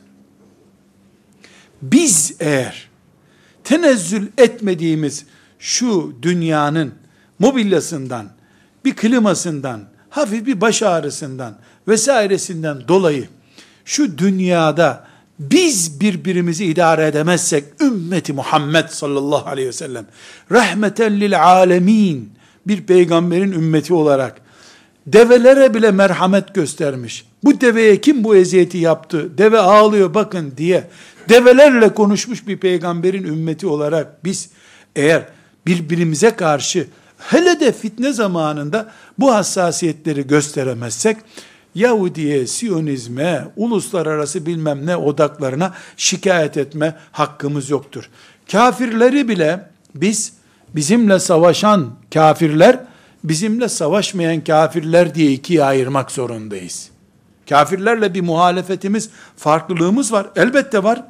Biz eğer tenezzül etmediğimiz şu dünyanın mobilyasından, bir klimasından, hafif bir baş ağrısından vesairesinden dolayı şu dünyada biz birbirimizi idare edemezsek, ümmeti Muhammed sallallahu aleyhi ve sellem rahmeten lil alemin bir peygamberin ümmeti olarak develere bile merhamet göstermiş. Bu deveye kim bu eziyeti yaptı? Deve ağlıyor bakın diye develerle konuşmuş bir peygamberin ümmeti olarak biz eğer birbirimize karşı hele de fitne zamanında bu hassasiyetleri gösteremezsek Yahudiye, Siyonizme, uluslararası bilmem ne odaklarına şikayet etme hakkımız yoktur. Kafirleri bile biz bizimle savaşan kafirler, bizimle savaşmayan kafirler diye ikiye ayırmak zorundayız. Kafirlerle bir muhalefetimiz, farklılığımız var. Elbette var.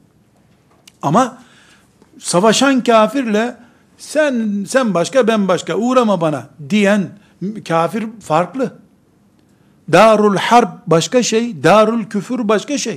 Ama savaşan kafirle sen sen başka ben başka uğrama bana diyen kafir farklı. Darul harp başka şey, darul küfür başka şey.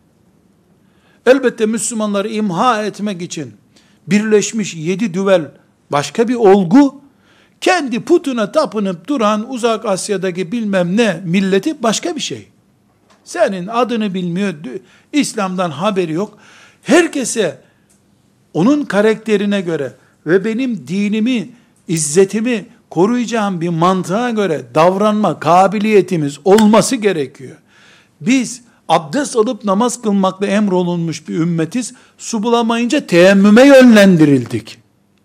Elbette Müslümanları imha etmek için birleşmiş yedi düvel başka bir olgu, kendi putuna tapınıp duran uzak Asya'daki bilmem ne milleti başka bir şey. Senin adını bilmiyor, İslam'dan haberi yok. Herkese onun karakterine göre ve benim dinimi, izzetimi koruyacağım bir mantığa göre davranma kabiliyetimiz olması gerekiyor. Biz abdest alıp namaz kılmakla emrolunmuş bir ümmetiz. Su bulamayınca teyemmüme yönlendirildik.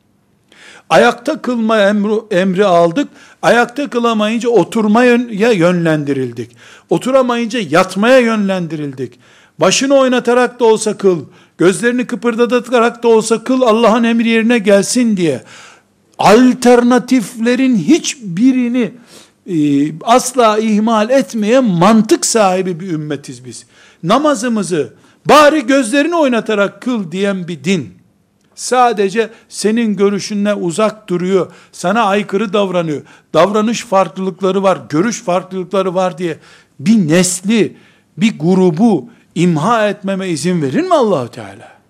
Ayakta kılma emri, emri aldık. Ayakta kılamayınca oturmaya yönlendirildik. Oturamayınca yatmaya yönlendirildik. Başını oynatarak da olsa kıl, gözlerini kıpırdatarak da olsa kıl, Allah'ın emri yerine gelsin diye. Alternatiflerin hiçbirini e, asla ihmal etmeyen mantık sahibi bir ümmetiz biz. Namazımızı bari gözlerini oynatarak kıl diyen bir din, sadece senin görüşüne uzak duruyor, sana aykırı davranıyor, davranış farklılıkları var, görüş farklılıkları var diye bir nesli, bir grubu imha etmeme izin verir mi Allah-u Teala?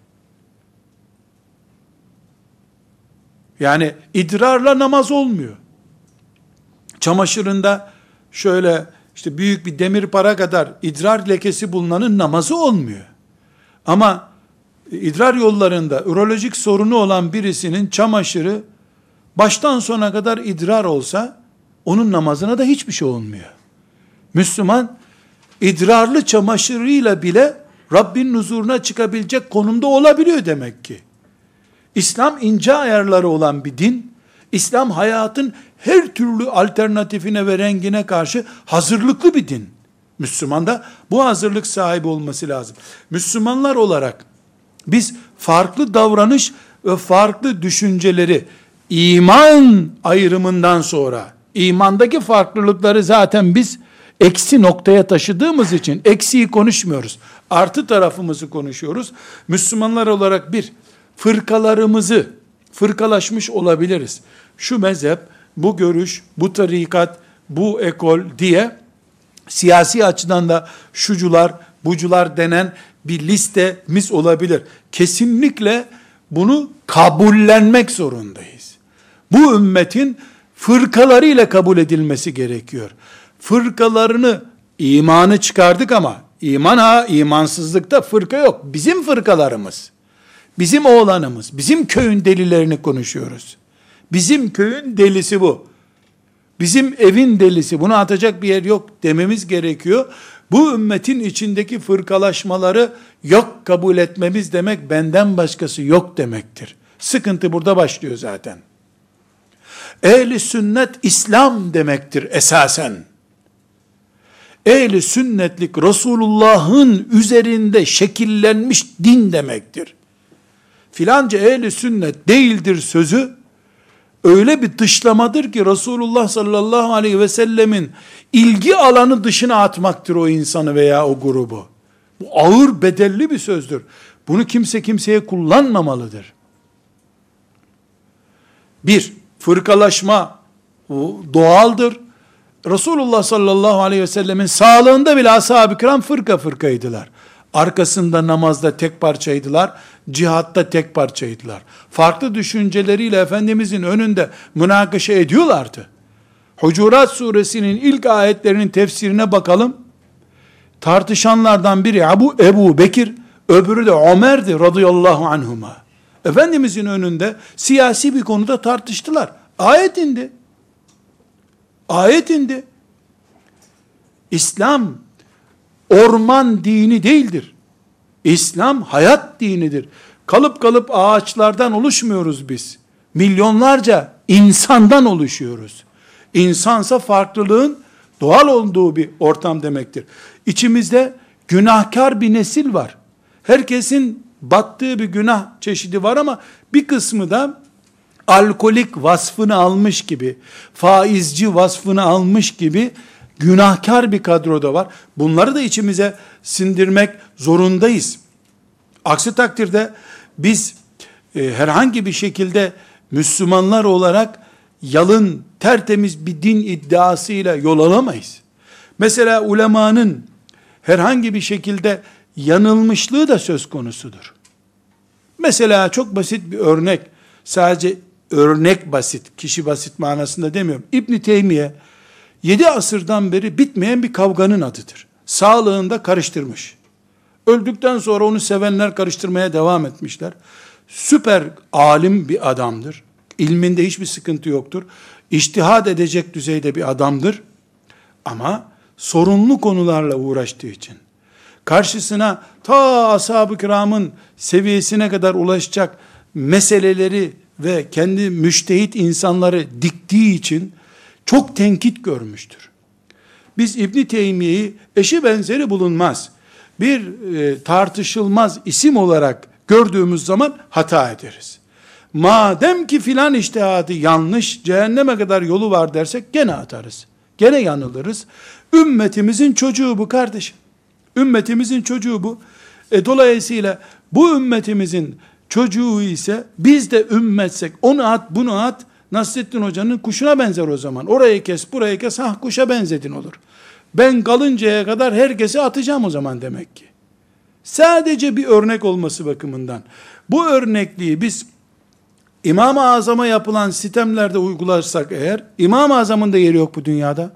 Yani idrarla namaz olmuyor. Çamaşırında şöyle işte büyük bir demir para kadar idrar lekesi bulunanın namazı olmuyor. Ama idrar yollarında ürolojik sorunu olan birisinin çamaşırı baştan sona kadar idrar olsa onun namazına da hiçbir şey olmuyor. Müslüman idrarlı çamaşırıyla bile Rabbinin huzuruna çıkabilecek konumda olabiliyor demek ki. İslam ince ayarları olan bir din. İslam hayatın her türlü alternatifine ve rengine karşı hazırlıklı bir din. Müslüman da bu hazırlık sahibi olması lazım. Müslümanlar olarak biz farklı davranış ve farklı düşünceleri iman ayrımından sonra, imandaki farklılıkları zaten biz eksi noktaya taşıdığımız için eksiği konuşmuyoruz. Artı tarafımızı konuşuyoruz. Müslümanlar olarak bir, fırkalarımızı, fırkalaşmış olabiliriz. Şu mezhep, bu görüş, bu tarikat, bu ekol diye siyasi açıdan da şucular, bucular denen bir listemiz olabilir. Kesinlikle bunu kabullenmek zorundayız. Bu ümmetin fırkalarıyla kabul edilmesi gerekiyor. Fırkalarını, imanı çıkardık ama iman ha, imansızlıkta fırka yok. Bizim fırkalarımız, bizim oğlanımız, bizim köyün delilerini konuşuyoruz. Bizim köyün delisi bu. Bizim evin delisi, bunu atacak bir yer yok dememiz gerekiyor. Bu ümmetin içindeki fırkalaşmaları yok kabul etmemiz demek, benden başkası yok demektir. Sıkıntı burada başlıyor zaten. Ehli sünnet İslam demektir esasen. Ehli sünnetlik Resulullah'ın üzerinde şekillenmiş din demektir. Filanca ehli sünnet değildir sözü öyle bir dışlamadır ki Resulullah sallallahu aleyhi ve sellemin ilgi alanı dışına atmaktır o insanı veya o grubu. Bu ağır bedelli bir sözdür. Bunu kimse kimseye kullanmamalıdır. Bir, fırkalaşma doğaldır. Resulullah sallallahu aleyhi ve sellemin sağlığında bile ashab-ı kiram fırka fırkaydılar. Arkasında namazda tek parçaydılar, cihatta tek parçaydılar. Farklı düşünceleriyle Efendimizin önünde münakaşa ediyorlardı. Hucurat suresinin ilk ayetlerinin tefsirine bakalım. Tartışanlardan biri Ebu, Ebu Bekir, öbürü de Ömer'di radıyallahu anhuma. Efendimizin önünde siyasi bir konuda tartıştılar. Ayet indi. Ayet indi. İslam orman dini değildir. İslam hayat dinidir. Kalıp kalıp ağaçlardan oluşmuyoruz biz. Milyonlarca insandan oluşuyoruz. İnsansa farklılığın doğal olduğu bir ortam demektir. İçimizde günahkar bir nesil var. Herkesin battığı bir günah çeşidi var ama bir kısmı da alkolik vasfını almış gibi, faizci vasfını almış gibi günahkar bir kadroda var. Bunları da içimize sindirmek zorundayız. Aksi takdirde biz e, herhangi bir şekilde Müslümanlar olarak yalın, tertemiz bir din iddiasıyla yol alamayız. Mesela ulemanın herhangi bir şekilde yanılmışlığı da söz konusudur. Mesela çok basit bir örnek, sadece örnek basit, kişi basit manasında demiyorum. İbn Teymiye, yedi asırdan beri bitmeyen bir kavganın adıdır. Sağlığında karıştırmış. Öldükten sonra onu sevenler karıştırmaya devam etmişler. Süper alim bir adamdır. İlminde hiçbir sıkıntı yoktur. İçtihad edecek düzeyde bir adamdır. Ama sorunlu konularla uğraştığı için, karşısına ta ashab-ı kiramın seviyesine kadar ulaşacak meseleleri ve kendi müştehit insanları diktiği için çok tenkit görmüştür. Biz İbn Teymiye'yi eşi benzeri bulunmaz, bir e, tartışılmaz isim olarak gördüğümüz zaman hata ederiz. Madem ki filan içtihadı yanlış, cehenneme kadar yolu var dersek gene atarız. Gene yanılırız. Ümmetimizin çocuğu bu kardeşim. Ümmetimizin çocuğu bu. E, dolayısıyla bu ümmetimizin çocuğu ise biz de ümmetsek onu at bunu at, Nasrettin Hoca'nın kuşuna benzer o zaman. Orayı kes burayı kes, hah kuşa benzedin olur. Ben kalıncaya kadar herkesi atacağım o zaman demek ki. Sadece bir örnek olması bakımından. Bu örnekliği biz İmam-ı Azam'a yapılan sistemlerde uygularsak eğer, İmam-ı Azam'ın da yeri yok bu dünyada.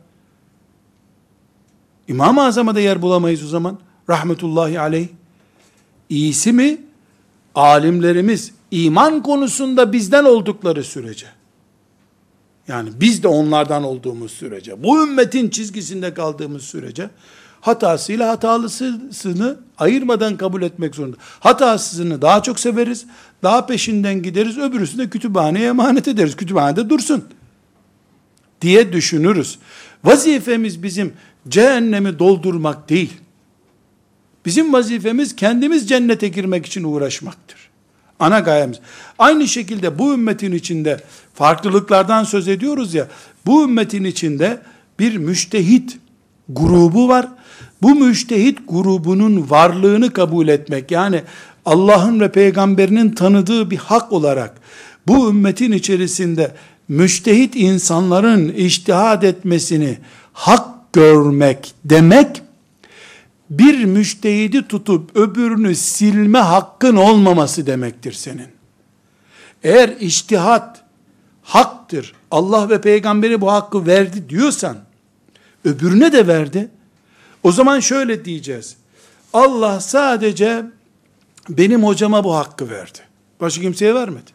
İmam-ı Azam'a da yer bulamayız o zaman. Rahmetullahi aleyh. İyisi mi? Alimlerimiz iman konusunda bizden oldukları sürece, yani biz de onlardan olduğumuz sürece, bu ümmetin çizgisinde kaldığımız sürece, hatasıyla hatalısını ayırmadan kabul etmek zorunda. Hatasızını daha çok severiz, daha peşinden gideriz, öbürüsünü de kütüphaneye emanet ederiz. Kütüphanede dursun diye düşünürüz. Vazifemiz bizim cehennemi doldurmak değil. Bizim vazifemiz kendimiz cennete girmek için uğraşmaktır. Ana gayemiz. Aynı şekilde bu ümmetin içinde farklılıklardan söz ediyoruz ya, bu ümmetin içinde bir müştehit grubu var. Bu müştehit grubunun varlığını kabul etmek, yani Allah'ın ve peygamberinin tanıdığı bir hak olarak bu ümmetin içerisinde müştehit insanların içtihad etmesini hak görmek demek, bir müştehidi tutup öbürünü silme hakkın olmaması demektir senin. Eğer içtihat haktır, Allah ve peygamberi bu hakkı verdi diyorsan, öbürüne de verdi. O zaman şöyle diyeceğiz: Allah sadece benim hocama bu hakkı verdi, başka kimseye vermedi.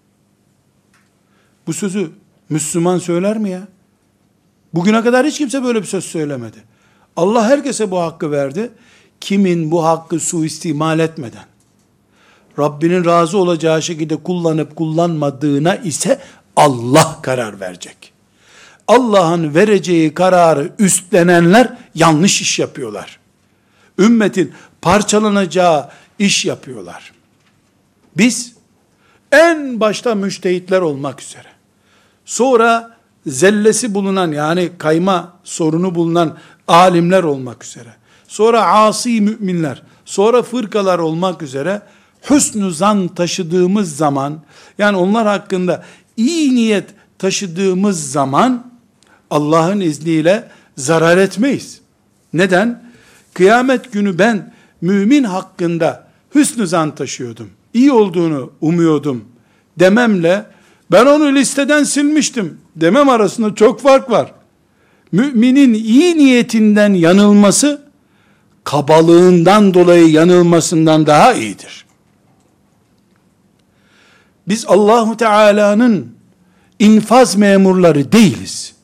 Bu sözü Müslüman söyler mi ya? Bugüne kadar hiç kimse böyle bir söz söylemedi. Allah herkese bu hakkı verdi. Kimin bu hakkı suistimal etmeden, Rabbinin razı olacağı şekilde kullanıp kullanmadığına ise Allah karar verecek. Allah'ın vereceği kararı üstlenenler yanlış iş yapıyorlar. Ümmetin parçalanacağı iş yapıyorlar. Biz en başta müştehitler olmak üzere, sonra zellesi bulunan, yani kayma sorunu bulunan alimler olmak üzere, sonra asi müminler, sonra fırkalar olmak üzere hüsnü zan taşıdığımız zaman, yani onlar hakkında iyi niyet taşıdığımız zaman Allah'ın izniyle zarar etmeyiz. Neden? Kıyamet günü ben mümin hakkında hüsnü zan taşıyordum, iyi olduğunu umuyordum dememle ben onu listeden silmiştim demem arasında çok fark var. Müminin iyi niyetinden yanılması, kabalığından dolayı yanılmasından daha iyidir. Biz Allahu Teala'nın infaz memurları değiliz.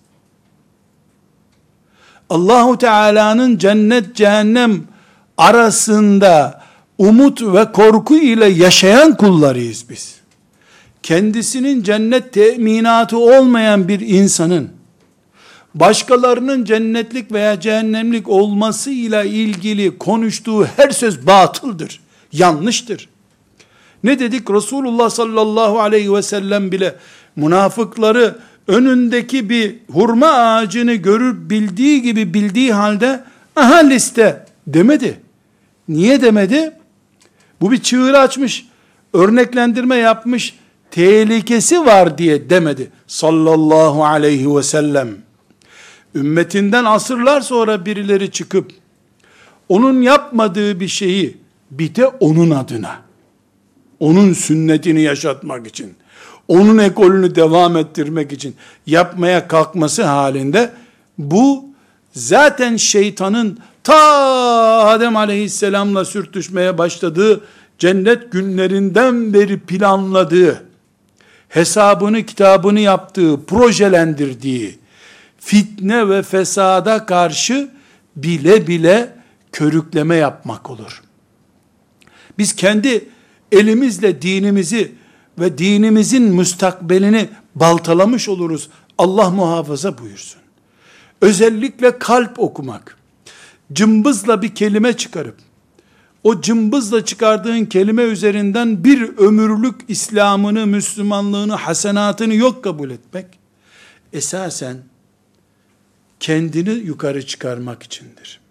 Allahu Teala'nın cennet cehennem arasında umut ve korku ile yaşayan kullarıyız biz. Kendisinin cennet teminatı olmayan bir insanın başkalarının cennetlik veya cehennemlik olmasıyla ilgili konuştuğu her söz batıldır, yanlıştır. Ne dedik? Resulullah sallallahu aleyhi ve sellem bile münafıkları önündeki bir hurma ağacını görür bildiği gibi bildiği halde aha liste demedi. Niye demedi? Bu bir çığır açmış, örneklendirme yapmış, tehlikesi var diye demedi sallallahu aleyhi ve sellem. Ümmetinden asırlar sonra birileri çıkıp onun yapmadığı bir şeyi bir de onun adına, onun sünnetini yaşatmak için, onun ekolünü devam ettirmek için yapmaya kalkması halinde, bu zaten şeytanın ta Adem aleyhisselamla sürtüşmeye başladığı cennet günlerinden beri planladığı, hesabını kitabını yaptığı, projelendirdiği fitne ve fesada karşı bile bile körükleme yapmak olur. Biz kendi elimizle dinimizi ve dinimizin müstakbelini baltalamış oluruz. Allah muhafaza buyursun. Özellikle kalp okumak, cımbızla bir kelime çıkarıp, o cımbızla çıkardığın kelime üzerinden bir ömürlük İslam'ını, Müslümanlığını, hasenatını yok kabul etmek, esasen kendini yukarı çıkarmak içindir.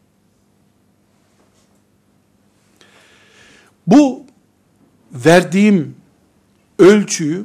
Bu verdiğim ölçüyü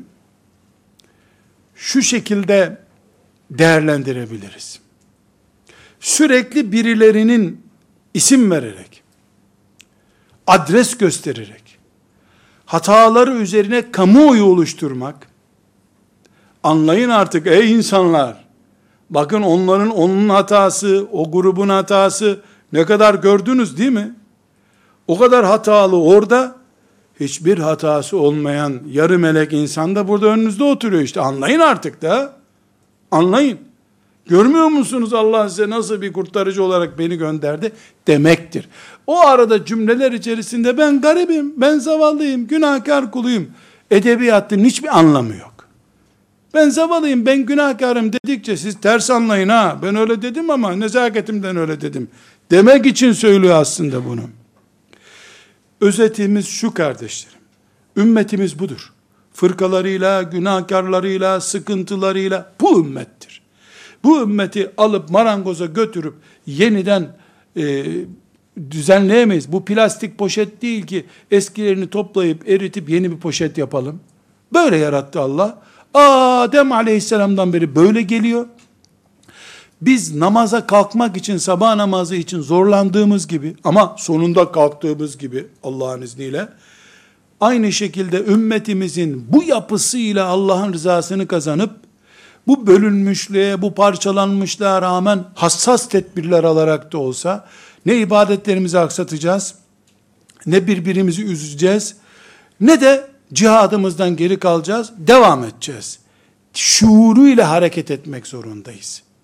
şu şekilde değerlendirebiliriz. Sürekli birilerinin isim vererek, adres göstererek, hataları üzerine kamuoyu oluşturmak, anlayın artık ey insanlar, bakın onların, onun hatası, o grubun hatası, ne kadar gördünüz değil mi? O kadar hatalı orada, hiçbir hatası olmayan yarı melek insan da burada önünüzde oturuyor işte. Anlayın artık da. Anlayın. Görmüyor musunuz Allah size nasıl bir kurtarıcı olarak beni gönderdi demektir. O arada cümleler içerisinde ben garibim, ben zavallıyım, günahkar kuluyum edebiyatının hiçbir anlamı yok. Ben zavallıyım, ben günahkarım dedikçe siz ters anlayın ha. Ben öyle dedim ama nezaketimden öyle dedim demek için söylüyor aslında bunu. Özetimiz şu kardeşlerim. Ümmetimiz budur. Fırkalarıyla, günahkarlarıyla, sıkıntılarıyla bu ümmettir. Bu ümmeti alıp marangoza götürüp yeniden e, düzenleyemeyiz. Bu plastik poşet değil ki eskilerini toplayıp eritip yeni bir poşet yapalım. Böyle yarattı Allah. Adem aleyhisselamdan beri böyle geliyor. Biz namaza kalkmak için, sabah namazı için zorlandığımız gibi ama sonunda kalktığımız gibi Allah'ın izniyle, aynı şekilde ümmetimizin bu yapısıyla Allah'ın rızasını kazanıp, bu bölünmüşlüğe, bu parçalanmışlığa rağmen hassas tedbirler alarak da olsa, ne ibadetlerimizi aksatacağız, ne birbirimizi üzeceğiz, ne de cihadımızdan geri kalacağız, devam edeceğiz. Şuuruyla hareket etmek zorundayız.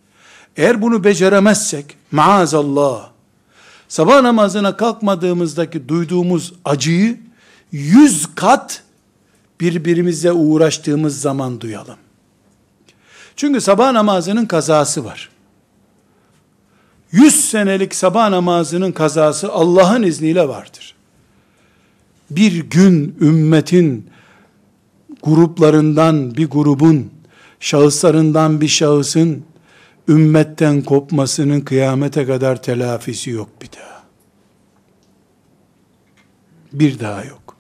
Eğer bunu beceremezsek, maazallah, sabah namazına kalkmadığımızdaki duyduğumuz acıyı yüz kat birbirimize uğraştığımız zaman duyalım. Çünkü sabah namazının kazası var. Yüz senelik sabah namazının kazası Allah'ın izniyle vardır. Bir gün ümmetin gruplarından bir grubun, şahıslarından bir şahısın ümmetten kopmasının kıyamete kadar telafisi yok bir daha. Bir daha yok.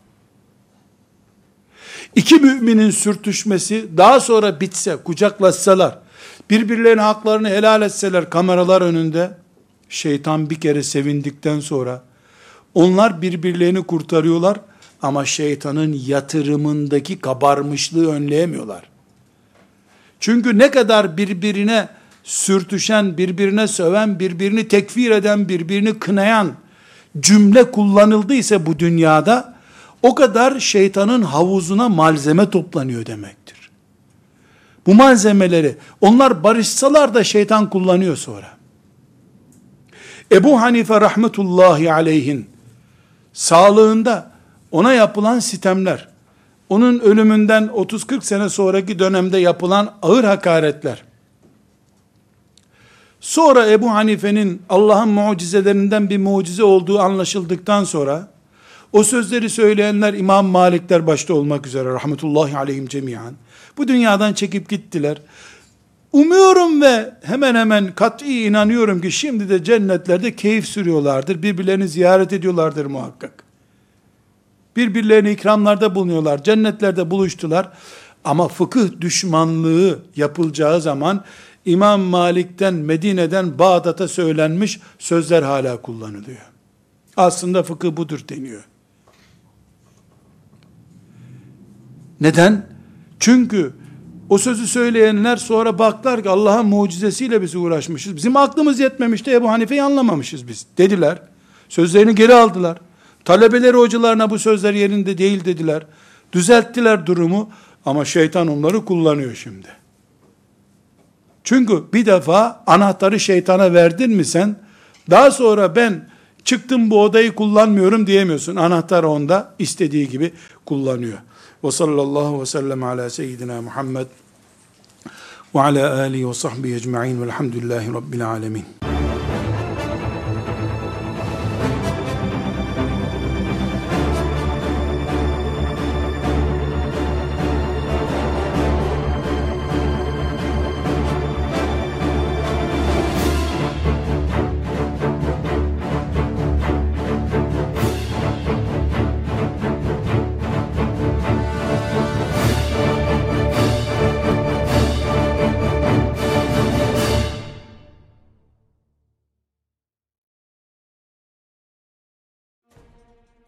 İki müminin sürtüşmesi daha sonra bitse, kucaklaşsalar, birbirlerine haklarını helal etseler kameralar önünde, şeytan bir kere sevindikten sonra, onlar birbirlerini kurtarıyorlar ama şeytanın yatırımındaki kabarmışlığı önleyemiyorlar. Çünkü ne kadar birbirine sürtüşen, birbirine söven, birbirini tekfir eden, birbirini kınayan cümle kullanıldıysa bu dünyada, o kadar şeytanın havuzuna malzeme toplanıyor demektir. Bu malzemeleri onlar barışsalar da şeytan kullanıyor sonra. Ebu Hanife rahmetullahi aleyhin sağlığında ona yapılan sitemler, onun ölümünden otuz kırk sene sonraki dönemde yapılan ağır hakaretler, sonra Ebu Hanife'nin Allah'ın mucizelerinden bir mucize olduğu anlaşıldıktan sonra, o sözleri söyleyenler İmam Malikler başta olmak üzere rahmetullahi aleyhim cemiyan, bu dünyadan çekip gittiler. Umuyorum ve hemen hemen kat'i inanıyorum ki şimdi de cennetlerde keyif sürüyorlardır. Birbirlerini ziyaret ediyorlardır muhakkak. Birbirlerine ikramlarda bulunuyorlar. Cennetlerde buluştular. Ama fıkıh düşmanlığı yapılacağı zaman İmam Malik'ten, Medine'den Bağdat'a söylenmiş sözler hala kullanılıyor. Aslında fıkıh budur deniyor. Neden? Çünkü o sözü söyleyenler sonra baktılar ki Allah'ın mucizesiyle biz uğraşmışız. Bizim aklımız yetmemişti, Ebu Hanife'yi anlamamışız biz dediler. Sözlerini geri aldılar. Talebeleri hocalarına bu sözler yerinde değil dediler. Düzelttiler durumu ama şeytan onları kullanıyor şimdi. Çünkü bir defa anahtarı şeytana verdin mi sen, daha sonra ben çıktım bu odayı kullanmıyorum diyemiyorsun. Anahtar onda istediği gibi kullanıyor. Ve sallallahu ve sellem ala seyyidina Muhammed ve ala alihi ve sahbihi ecma'in velhamdülillahi rabbil alemin.